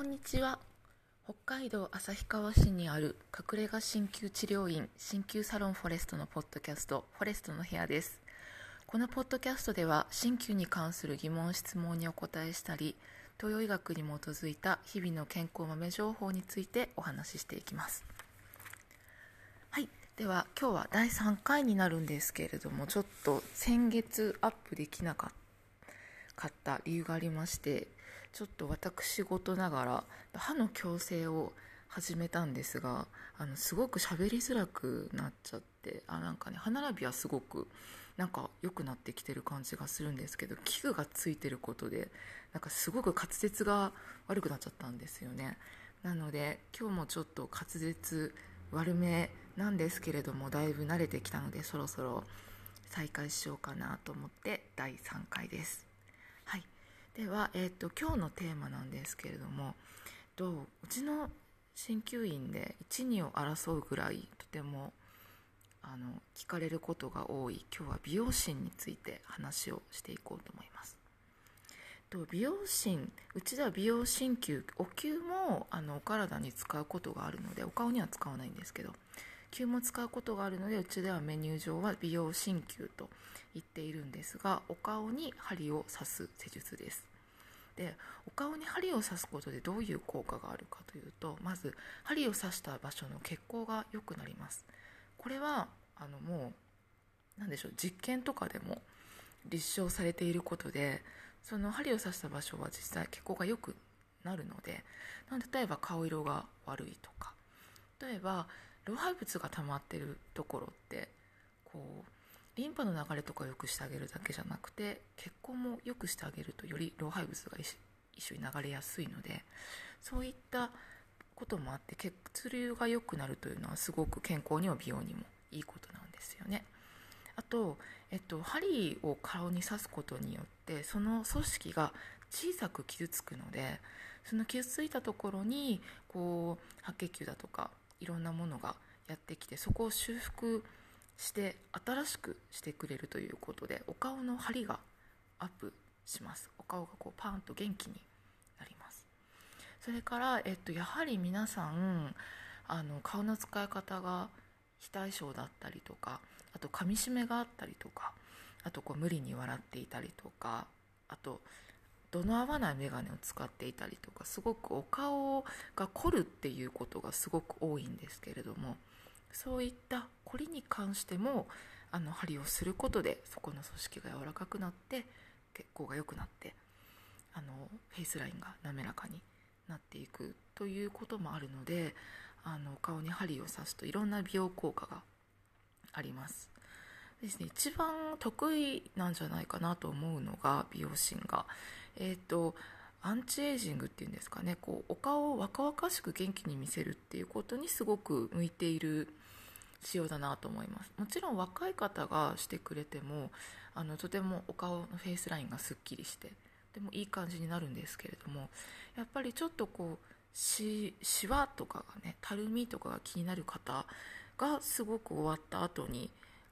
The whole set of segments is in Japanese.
んにちは。北海道旭川市にある隠れ家鍼灸治療院鍼灸サロンフォレストのポッドキャストフォレストの部屋です。このポッドキャストでは鍼灸に関する疑問質問にお答えしたり、東洋医学に基づいた日々の健康豆情報についてお話ししていきます。はい、では今日は第3回になるんですけれども、ちょっと先月アップできなかった理由がありまして、ちょっと私事ながら歯の矯正を始めたんですが、すごく喋りづらくなっちゃって、歯並びはすごく良くなってきてる感じがするんですけど、器具がついてることですごく滑舌が悪くなっちゃったんですよね。なので今日もちょっと滑舌悪めなんですけれども、だいぶ慣れてきたのでそろそろ再開しようかなと思って第3回です。はい、では、今日のテーマなんですけれども、うちの鍼灸院で1、2を争うぐらいとても聞かれることが多い、今日は美容診について話をしていこうと思います。美容診、うちでは美容鍼灸、お灸もお体に使うことがあるので、お顔には使わないんですけど、灸も使うことがあるので、うちではメニュー上は美容鍼灸と言っているんですが、お顔に針を刺す施術です。で、お顔に針を刺すことでどういう効果があるかというと、まず針を刺した場所の血行が良くなります。これはもう実験とかでも立証されていることで、その針を刺した場所は実際血行が良くなるので、例えば顔色が悪いとか、例えば老廃物が溜まっているところってリンパの流れとかを良くしてあげるだけじゃなくて、血行も良くしてあげるとより老廃物が一緒に流れやすいので、そういったこともあって血流が良くなるというのはすごく健康にも美容にもいいことなんですよね。あと、針を顔に刺すことによってその組織が小さく傷つくので、その傷ついたところに白血球だとかいろんなものがやってきて、そこを修復して新しくしてくれるということで、お顔の張りがアップします。お顔がパーンと元気になります。それから、やはり皆さん顔の使い方が非対称だったりとか、あと噛み締めがあったりとか、あと無理に笑っていたりとか、あと度の合わない眼鏡を使っていたりとか、すごくお顔が凝るっていうことがすごく多いんですけれども、そういった凝りに関しても針をすることでそこの組織が柔らかくなって血行が良くなって、フェイスラインが滑らかになっていくということもあるので、お顔に針を刺すといろんな美容効果がありますですね。一番得意なんじゃないかなと思うのが、美容診がアンチエイジングっていうんですかね、お顔を若々しく元気に見せるっていうことにすごく向いている仕様だなと思います。もちろん若い方がしてくれてもとてもお顔のフェイスラインがすっきりしてでもいい感じになるんですけれども、やっぱりちょっとシワとかがね、たるみとかが気になる方がすごく終わった後に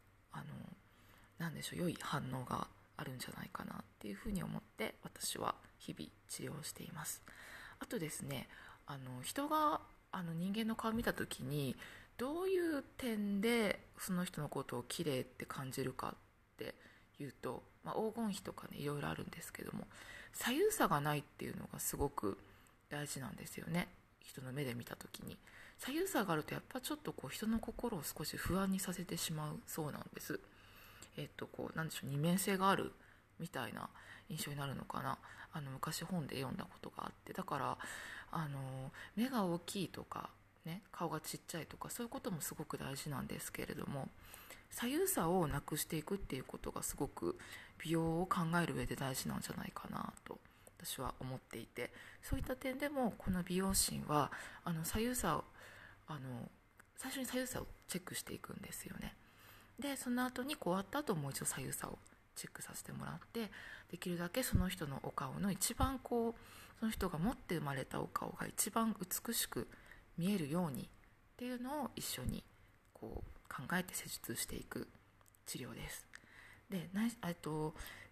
良い反応があるんじゃないかなっていうふうに思って、私は日々治療しています。あとですね、人が人間の顔を見た時にどういう点でその人のことを綺麗って感じるかっていうと、黄金比とかね、いろいろあるんですけども、左右差がないっていうのがすごく大事なんですよね。人の目で見た時に左右差があると、やっぱちょっと人の心を少し不安にさせてしまうそうなんです。二面性があるみたいな印象になるのかな。昔本で読んだことがあって、だから目が大きいとかね、顔がちっちゃいとか、そういうこともすごく大事なんですけれども、左右差をなくしていくっていうことがすごく美容を考える上で大事なんじゃないかなと私は思っていて、そういった点でもこの美容診は左右差を最初に左右差をチェックしていくんですよね。でその後に終わった後もう一度左右差をチェックさせてもらって、できるだけその人のお顔の一番その人が持って生まれたお顔が一番美しく見えるようにっていうのを一緒に考えて施術していく治療です。で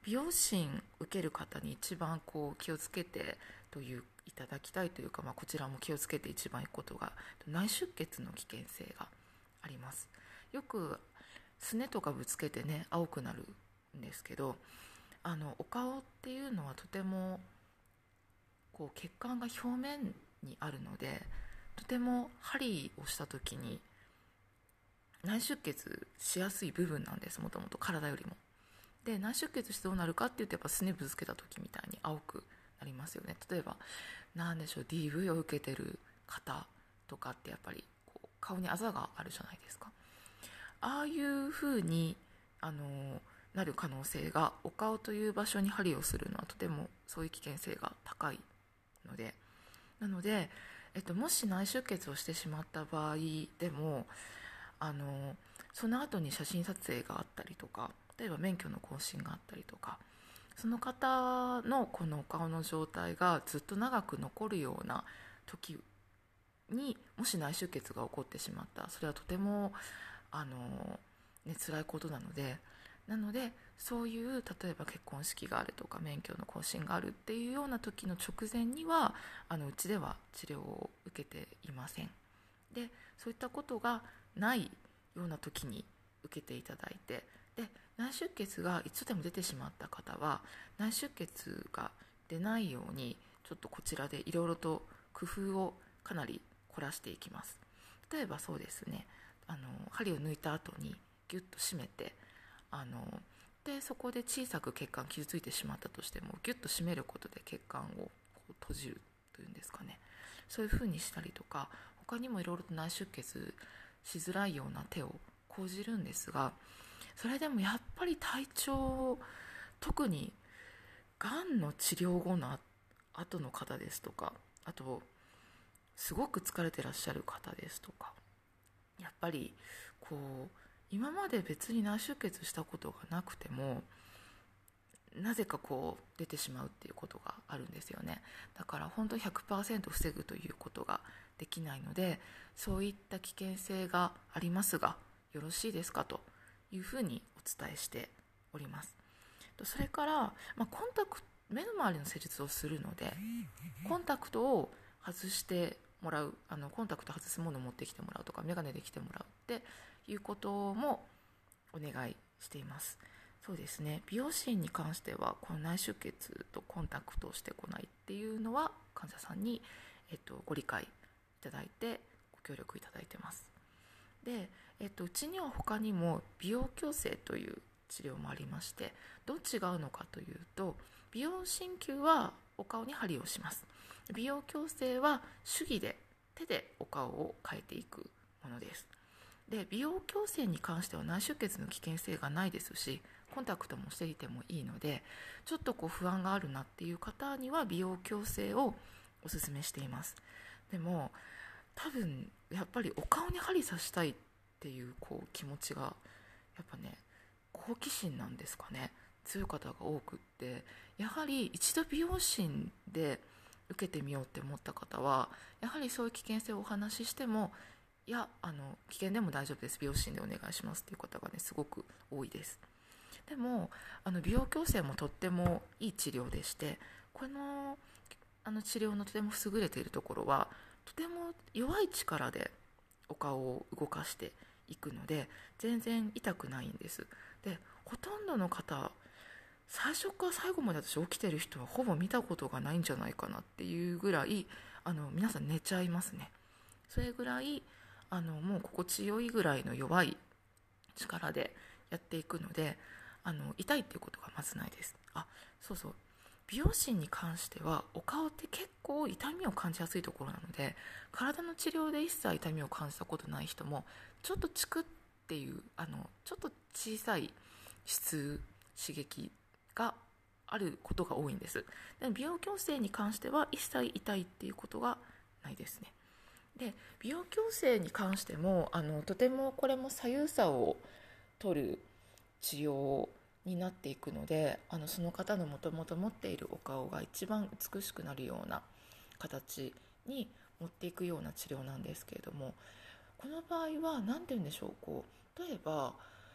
美容診受ける方に一番気をつけていただきたいというか、こちらも気をつけて一番いいことが、内出血の危険性があります。よくすねとかぶつけてね青くなるんですけど、お顔っていうのはとても血管が表面にあるので、とても針をした時に内出血しやすい部分なんです。もともと体よりも。で、内出血してどうなるかっていうと、やっぱすねぶつけた時みたいに青くなりますよね。例えばDV を受けてる方とかってやっぱり顔にあざがあるじゃないですか。ああいう風になる可能性が、お顔という場所に針をするのはとてもそういう危険性が高いので、もし内出血をしてしまった場合でもその後に写真撮影があったりとか、例えば免許の更新があったりとか、その方のこのお顔の状態がずっと長く残るような時にもし内出血が起こってしまったら、それはとても辛いことなので、そういう例えば結婚式があるとか免許の更新があるっていうような時の直前にはうちでは治療を受けていません。で、そういったことがないような時に受けていただいて、で、内出血が一度でも出てしまった方は内出血が出ないようにちょっとこちらでいろいろと工夫をかなり凝らしていきます。例えばそうですね、針を抜いた後にギュッと締めてでそこで小さく血管傷ついてしまったとしてもギュッと締めることで血管を閉じるというんですかね、そういう風にしたりとか、他にもいろいろと内出血しづらいような手を講じるんですが、それでもやっぱり体調、特にがんの治療後の後の方ですとか、あとすごく疲れてらっしゃる方ですとか、やっぱり今まで別に内出血したことがなくてもなぜか出てしまうっていうことがあるんですよね。だから本当に 100% 防ぐということができないので、そういった危険性がありますがよろしいですかというふうにお伝えしております。それから、目の周りの施術をするのでコンタクトを外してもらう、コンタクト外すものを持ってきてもらうとか、眼鏡で来てもらうっていうこともお願いしています。そうですね、美容師に関してはこの内出血とコンタクトをしてこないっていうのは患者さんに、ご理解いただいてご協力いただいてます。で、うちには他にも美容矯正という治療もありまして、どう違うのかというと、美容鍼灸はお顔に針をします。美容矯正は手技で手でお顔を変えていくものです。で、美容矯正に関しては内出血の危険性がないですし、コンタクトもしていてもいいので、ちょっと不安があるなっていう方には美容矯正をおすすめしています。でも多分やっぱりお顔に針刺したいっていう気持ちがやっぱね、好奇心なんですかね、強い方が多くって、やはり一度美容診で受けてみようって思った方はやはりそういう危険性をお話ししても、いや危険でも大丈夫です、美容診でお願いしますっていう方がねすごく多いです。でも美容矯正もとってもいい治療でして、この治療のとても優れているところは、とても弱い力でお顔を動かしていくので全然痛くないんです。で、ほとんどの方、最初から最後まで私起きてる人はほぼ見たことがないんじゃないかなっていうぐらい皆さん寝ちゃいますね。それぐらいもう心地よいぐらいの弱い力でやっていくので痛いっていうことがまずないです。そうそう、美容師に関してはお顔って結構痛みを感じやすいところなので、体の治療で一切痛みを感じたことない人もちょっとチクっていうちょっと小さい刺激があることが多いんです。で、美容矯正に関しては一切痛いっていうことがないですね。で、美容矯正に関してもとてもこれも左右差を取る治療になっていくので、その方のもともと持っているお顔が一番美しくなるような形に持っていくような治療なんですけれども、この場合は何て言うんでしょう、例えば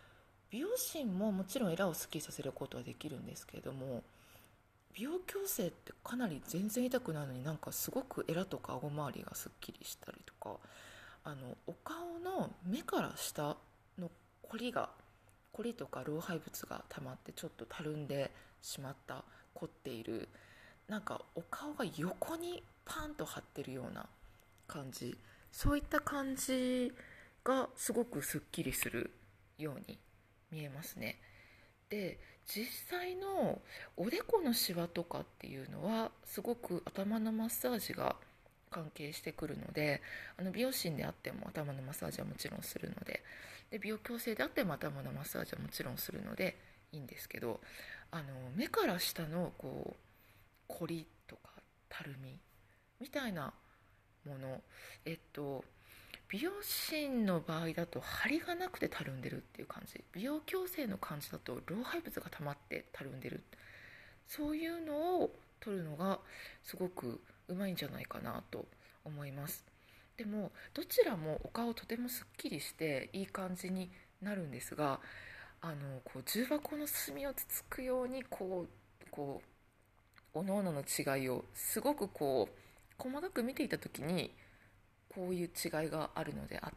美容芯ももちろんエラをスッキリさせることはできるんですけれども、美容矯正ってかなり全然痛くないのに、なんかすごくエラとか顎周りがすっきりしたりとか、お顔の目から下のコリとか老廃物が溜まってちょっとたるんでしまった、凝っている、なんかお顔が横にパンと張ってるような感じ、そういった感じがすごくすっきりするように見えますね。で、実際のおでこのシワとかっていうのはすごく頭のマッサージが関係してくるので、美容師であっても頭のマッサージはもちろんするので、美容矯正であっても頭のマッサージはもちろんするのでいいんですけど、目から下のこう凝りとかたるみみたいなもの、美容師の場合だと張りがなくてたるんでるっていう感じ、美容矯正の感じだと老廃物が溜まってたるんでる、そういうのを取るのがすごくうまいんじゃないかなと思います。でもどちらもお顔とてもすっきりしていい感じになるんですが、こう重箱の隅をつつくようにこう各々の違いをすごく細かく見ていた時にこういう違いがあるのであって、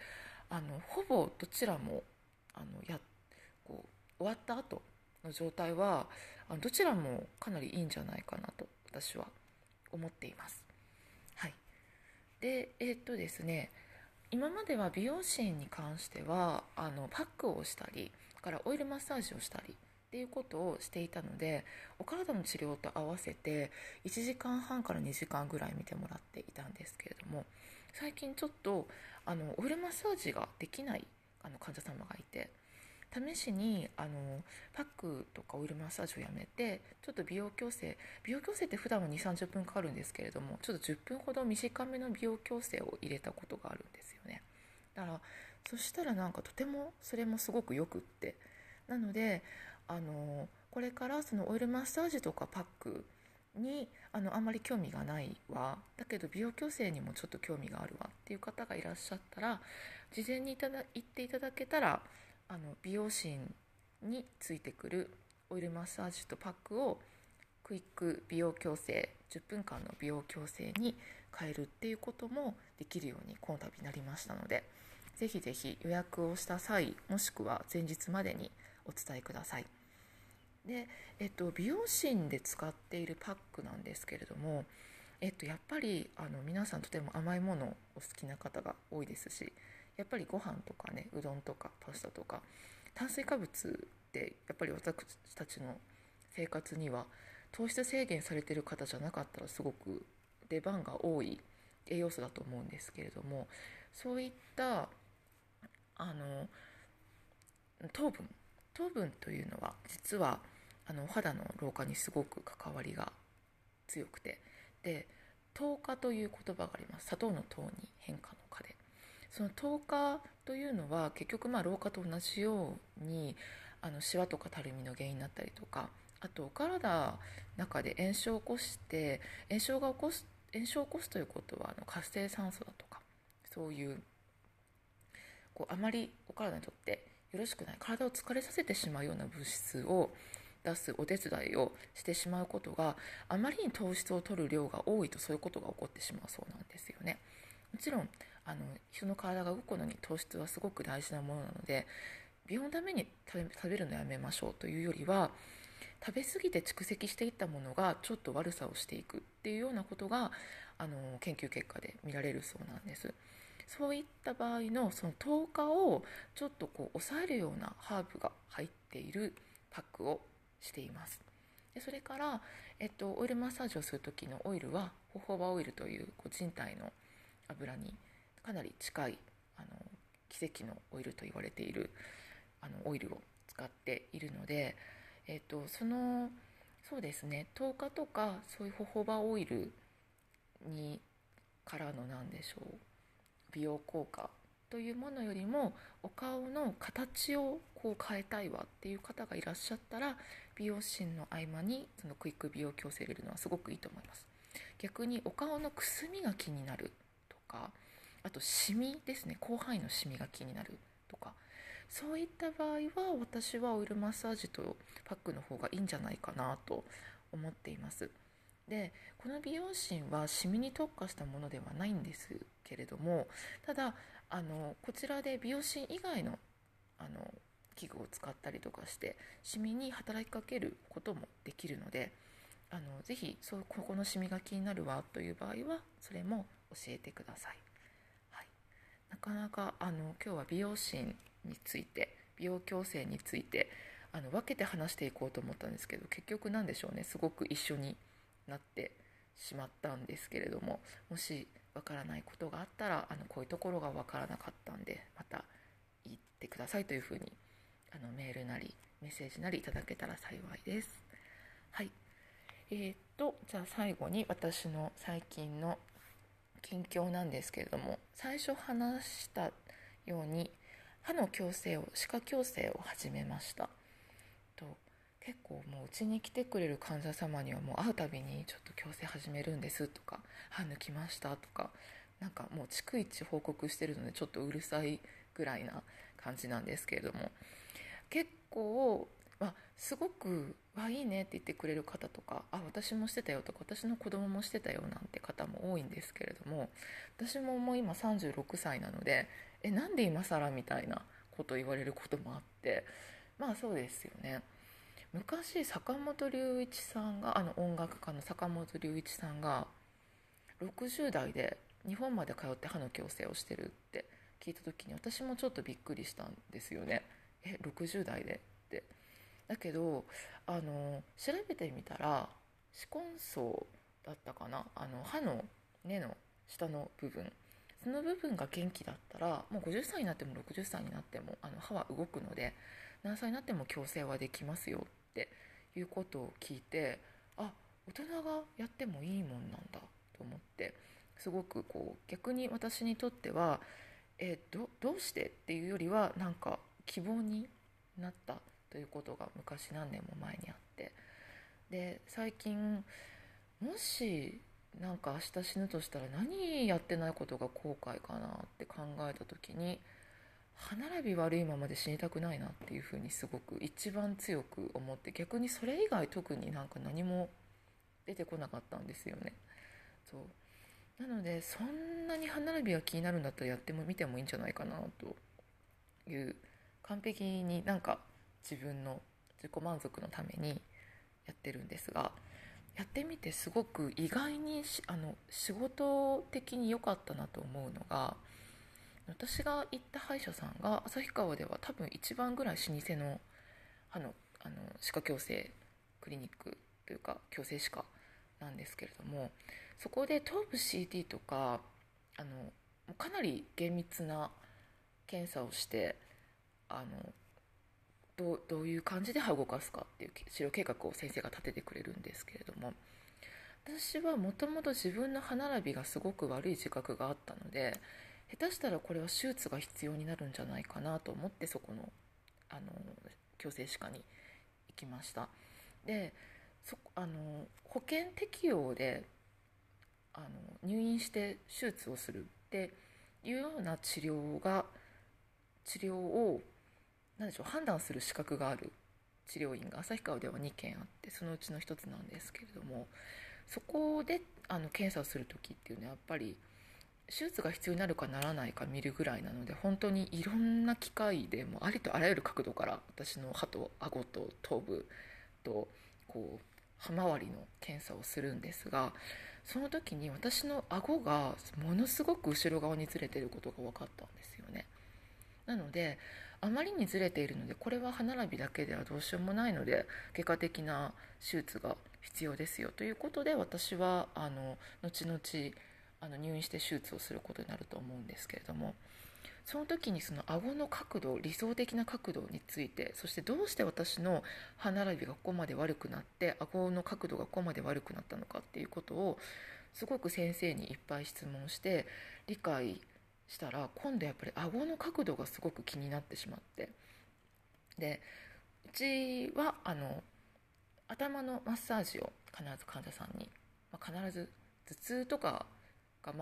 ほぼどちらもあのやこう終わった後の状態はどちらもかなりいいんじゃないかなと私は思っています。はい。で、ですね、今までは美容師に関してはパックをしたりからオイルマッサージをしたりっていうことをしていたので、お体の治療と合わせて1時間半から2時間ぐらい見てもらっていたんですけれども、最近ちょっとオイルマッサージができない患者様がいて、試しにパックとかオイルマッサージをやめて、ちょっと美容矯正って普段は2 3 0分かかるんですけれども、ちょっと10分ほど短めの美容矯正を入れたことがあるんですよね。だからそしたらなんかとてもそれもすごくよくって、なのでこれからそのオイルマッサージとかパックにあんまり興味がないわ、だけど美容矯正にもちょっと興味があるわっていう方がいらっしゃったら、事前に言っていただけたら美容師についてくるオイルマッサージとパックをクイック美容矯正10分間の美容矯正に変えるっていうこともできるようにこの度なりましたので、ぜひぜひ予約をした際もしくは前日までにお伝えください。で、美容師で使っているパックなんですけれども、やっぱり皆さんとても甘いものをお好きな方が多いですし、やっぱりご飯とかね、うどんとかパスタとか炭水化物ってやっぱり私たちの生活には糖質制限されている方じゃなかったらすごく出番が多い栄養素だと思うんですけれども、そういった糖分というのは実はお肌の老化にすごく関わりが強くて、で糖化という言葉があります。砂糖の糖に変化の化で、その糖化というのは結局老化と同じようにシワとかたるみの原因になったりとか、あとお体の中で炎症を起こして炎症を起こすということは活性酸素だとか、そういうあまりお体にとってよろしくない、体を疲れさせてしまうような物質を出すお手伝いをしてしまうことが、あまりに糖質を取る量が多いとそういうことが起こってしまうそうなんですよね。もちろん人の体が動くのに糖質はすごく大事なものなので、美容のために食べるのやめましょうというよりは、食べ過ぎて蓄積していったものがちょっと悪さをしていくっていうようなことが研究結果で見られるそうなんです。そういった場合のその糖化をちょっと抑えるようなハーブが入っているパックをしています。でそれから、オイルマッサージをする時のオイルはホホバオイルという人体の油にかなり近い奇跡のオイルと言われているオイルを使っているので、そうですね、糖化とかそういうホホバオイルにからのなんでしょう、美容効果というものよりもお顔の形を変えたいわっていう方がいらっしゃったら、美容師の合間にそのクイック美容矯正を入れるのはすごくいいと思います。逆にお顔のくすみが気になるとか、あとシミですね、広範囲のシミが気になるとか、 そういった場合は私はオイルマッサージとパックの方がいいんじゃないかなと思っています。でこの美容芯はシミに特化したものではないんですけれども、ただこちらで美容芯以外の器具を使ったりとかしてシミに働きかけることもできるので、ぜひここのシミが気になるわという場合はそれも教えてください。はい、なかなか今日は美容芯について、美容矯正について分けて話していこうと思ったんですけど、結局なんでしょうね、すごく一緒になってしまったんですけれども、もしわからないことがあったらこういうところがわからなかったんでまた言ってくださいというふうにメールなりメッセージなりいただけたら幸いです。はい、じゃあ最後に私の最近の近況なんですけれども、最初話したように歯の矯正を、歯科矯正を始めました。結構もううちに来てくれる患者様にはもう会うたびにちょっと矯正始めるんですとか、歯抜きましたとか、なんかもう逐一報告してるのでちょっとうるさいぐらいな感じなんですけれども、結構、すごくいいねって言ってくれる方とか、私もしてたよとか、私の子供もしてたよなんて方も多いんですけれども、私ももう今36歳なので、なんで今更みたいなこと言われることもあって、そうですよね。昔坂本龍一さんが音楽家の坂本龍一さんが60代で日本まで通って歯の矯正をしてるって聞いた時に私もちょっとびっくりしたんですよね。60代でって。だけど調べてみたら歯根層だったかな、歯の根の下の部分、その部分が元気だったらもう50歳になっても60歳になっても歯は動くので何歳になっても矯正はできますよっていうことを聞いて、大人がやってもいいもんなんだと思って、すごく逆に私にとってはどうしてっていうよりはなんか希望になったということが昔何年も前にあって、で最近もしなんか明日死ぬとしたら何やってないことが後悔かなって考えた時に、歯並び悪いままで死にたくないなっていうふうにすごく一番強く思って、逆にそれ以外特になんか何も出てこなかったんですよね。そうなので、そんなに歯並びが気になるんだったらやってもみてもいいんじゃないかなという、完璧になんか自分の自己満足のためにやってるんですが、やってみてすごく意外に仕事的に良かったなと思うのが、私が行った歯医者さんが旭川では多分一番ぐらい老舗の歯の、歯科矯正クリニックというか矯正歯科なんですけれども、そこで頭部 CT とかかなり厳密な検査をして、どういう感じで歯を動かすかっていう治療計画を先生が立ててくれるんですけれども、私はもともと自分の歯並びがすごく悪い自覚があったので、下手したらこれは手術が必要になるんじゃないかなと思ってそこの矯正歯科に行きました。で保険適用で入院して手術をするっていうような治療を何でしょう、判断する資格がある治療院が旭川では2件あって、そのうちの1つなんですけれども、そこで検査をする時っていうのはやっぱり手術が必要になるかならないか見るぐらいなので、本当にいろんな機械でもありとあらゆる角度から私の歯と顎と頭部と歯周りの検査をするんですが、その時に私の顎がものすごく後ろ側にずれていることが分かったんですよね。なのであまりにずれているので、これは歯並びだけではどうしようもないので外科的な手術が必要ですよということで、私は後々入院して手術をすることになると思うんですけれども、その時にその顎の角度、理想的な角度について、そしてどうして私の歯並びがここまで悪くなって顎の角度がここまで悪くなったのかっていうことをすごく先生にいっぱい質問して理解したら、今度やっぱり顎の角度がすごく気になってしまって、でうちは頭のマッサージを必ず患者さんに、必ず頭痛とかが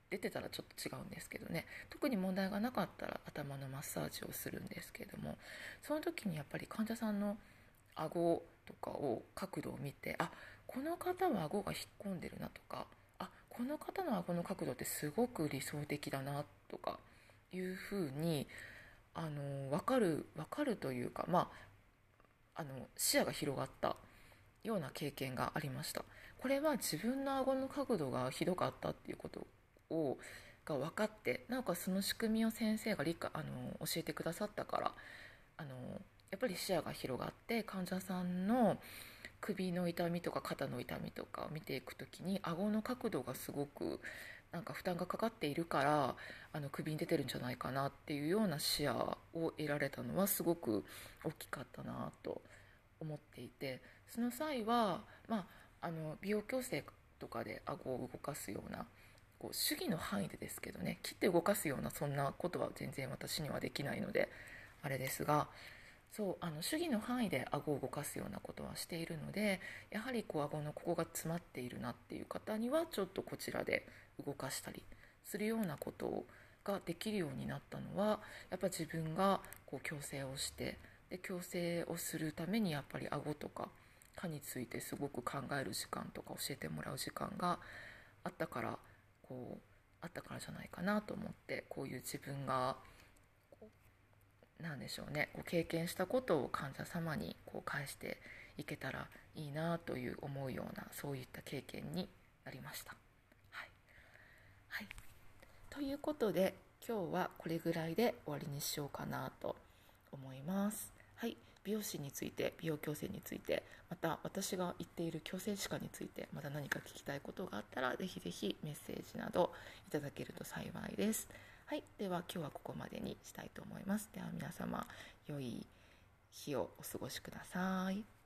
出てたらちょっと違うんですけどね、特に問題がなかったら頭のマッサージをするんですけれども、その時にやっぱり患者さんの顎とかを角度を見て、あ、この方は顎が引っ込んでるなとか、あ、この方の顎の角度ってすごく理想的だなとかいうふうに分かるというか、視野が広がったような経験がありました。これは自分の顎の角度がひどかったっていうことが分かって、なおかつその仕組みを先生が教えてくださったから、やっぱり視野が広がって、患者さんの首の痛みとか肩の痛みとかを見ていくときに、顎の角度がすごく負担がかかっているから首に出てるんじゃないかなっていうような視野を得られたのはすごく大きかったなと思っていて、その際は、美容矯正とかで顎を動かすような手技の範囲でですけどね、切って動かすようなそんなことは全然私にはできないのであれですが、そう手技の範囲で顎を動かすようなことはしているので、やはり顎のここが詰まっているなっていう方にはちょっとこちらで動かしたりするようなことができるようになったのは、やっぱ自分が矯正をして、で矯正をするためにやっぱり顎とか歯についてすごく考える時間とか教えてもらう時間があったからじゃないかなと思って、こういう自分がなんでしょうね、経験したことを患者様に返していけたらいいなという思うような、そういった経験になりました。はい、はい、ということで今日はこれぐらいで終わりにしようかなと思います。はい、美容師について、美容矯正について、また私が言っている矯正歯科についてまた何か聞きたいことがあったら、ぜひぜひメッセージなどいただけると幸いです。はい、では今日はここまでにしたいと思います。では皆様、良い日をお過ごしください。